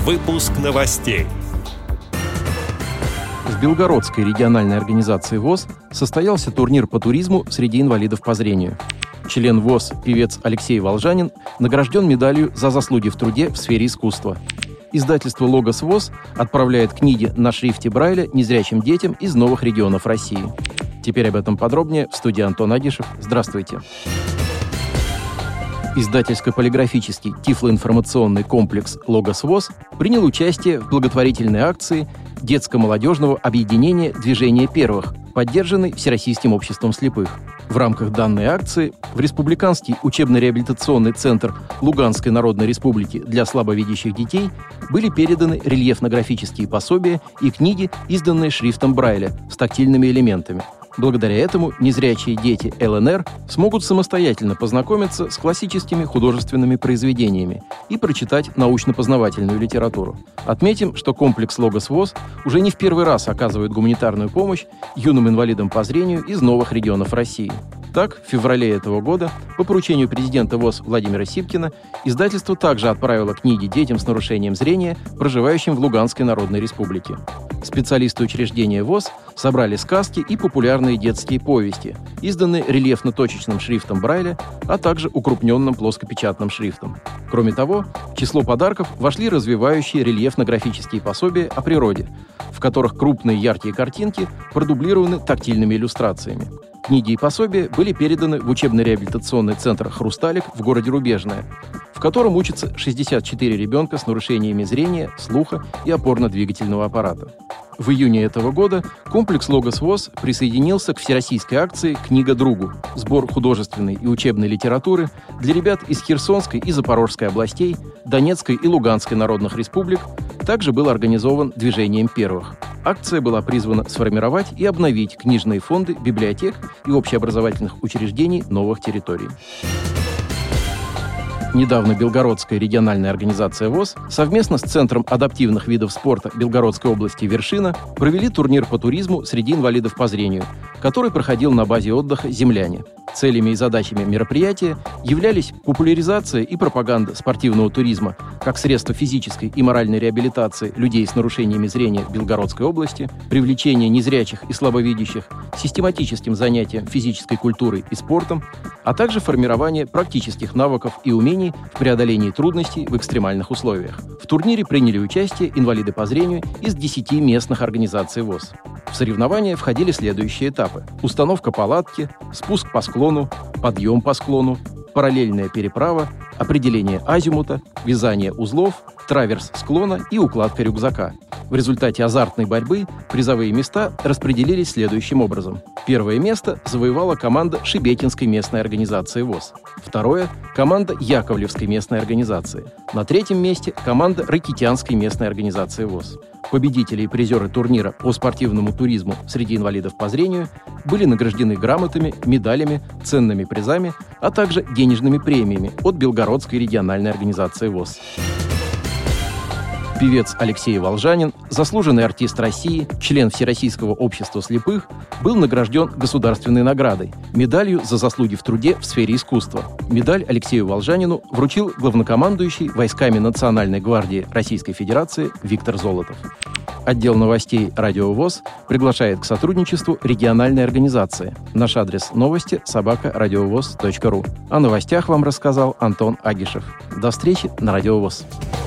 Выпуск новостей. В Белгородской региональной организации ВОС состоялся турнир по туризму среди инвалидов по зрению. Член ВОС, певец Алексей Волжанин, награжден медалью за заслуги в труде в сфере искусства. Издательство «Логос ВОС» отправляет книги на шрифте Брайля незрячим детям из новых регионов России. Теперь об этом подробнее в студии Антон Агишев. Здравствуйте. Издательско-полиграфический тифлоинформационный комплекс «Логос ВОС» принял участие в благотворительной акции детско-молодежного объединения «Движение первых», поддержанной Всероссийским обществом слепых. В рамках данной акции в Республиканский учебно-реабилитационный центр Луганской Народной Республики для слабовидящих детей были переданы рельефно-графические пособия и книги, изданные шрифтом Брайля с тактильными элементами. Благодаря этому незрячие дети ЛНР смогут самостоятельно познакомиться с классическими художественными произведениями и прочитать научно-познавательную литературу. Отметим, что комплекс «Логос ВОС» уже не в первый раз оказывает гуманитарную помощь юным инвалидам по зрению из новых регионов России. Так, в феврале этого года, по поручению президента ВОС Владимира Сипкина, издательство также отправило книги детям с нарушением зрения, проживающим в Луганской Народной Республике. Специалисты учреждения ВОС собрали сказки и популярные детские повести, изданные рельефно-точечным шрифтом Брайля, а также укрупненным плоскопечатным шрифтом. Кроме того, в число подарков вошли развивающие рельефно-графические пособия о природе, в которых крупные яркие картинки продублированы тактильными иллюстрациями. Книги и пособия были переданы в учебно-реабилитационный центр «Хрусталик» в городе Рубежное, в котором учатся 64 ребенка с нарушениями зрения, слуха и опорно-двигательного аппарата. В июне этого года комплекс «Логос ВОС» присоединился к всероссийской акции «Книга другу» – сбор художественной и учебной литературы для ребят из Херсонской и Запорожской областей, Донецкой и Луганской народных республик. Также был организован «Движением первых». Акция была призвана сформировать и обновить книжные фонды библиотек и общеобразовательных учреждений новых территорий. Недавно Белгородская региональная организация ВОС совместно с Центром адаптивных видов спорта Белгородской области «Вершина» провели турнир по туризму среди инвалидов по зрению, который проходил на базе отдыха «Земляне». Целями и задачами мероприятия являлись популяризация и пропаганда спортивного туризма как средство физической и моральной реабилитации людей с нарушениями зрения в Белгородской области, привлечение незрячих и слабовидящих систематическим занятием физической культурой и спортом, а также формирование практических навыков и умений в преодолении трудностей в экстремальных условиях. В турнире приняли участие инвалиды по зрению из 10 местных организаций ВОС. В соревнования входили следующие этапы: установка палатки, спуск по склону, подъем по склону, параллельная переправа, определение азимута, вязание узлов, траверс склона и укладка рюкзака. В результате азартной борьбы призовые места распределились следующим образом. Первое место завоевала команда Шебекинской местной организации ВОС. Второе – команда Яковлевской местной организации. На третьем месте – команда Ракитянской местной организации ВОС. Победители и призеры турнира по спортивному туризму среди инвалидов по зрению были награждены грамотами, медалями, ценными призами, а также денежными премиями от Белгородской региональной организации ВОС. Певец Алексей Волжанин, заслуженный артист России, член Всероссийского общества слепых, был награжден государственной наградой – медалью за заслуги в труде в сфере искусства. Медаль Алексею Волжанину вручил главнокомандующий войсками Национальной гвардии Российской Федерации Виктор Золотов. Отдел новостей «Радио ВОС» приглашает к сотрудничеству региональной организации. Наш адрес новости@радиовос.ру. О новостях вам рассказал Антон Агишев. До встречи на Радио ВОС.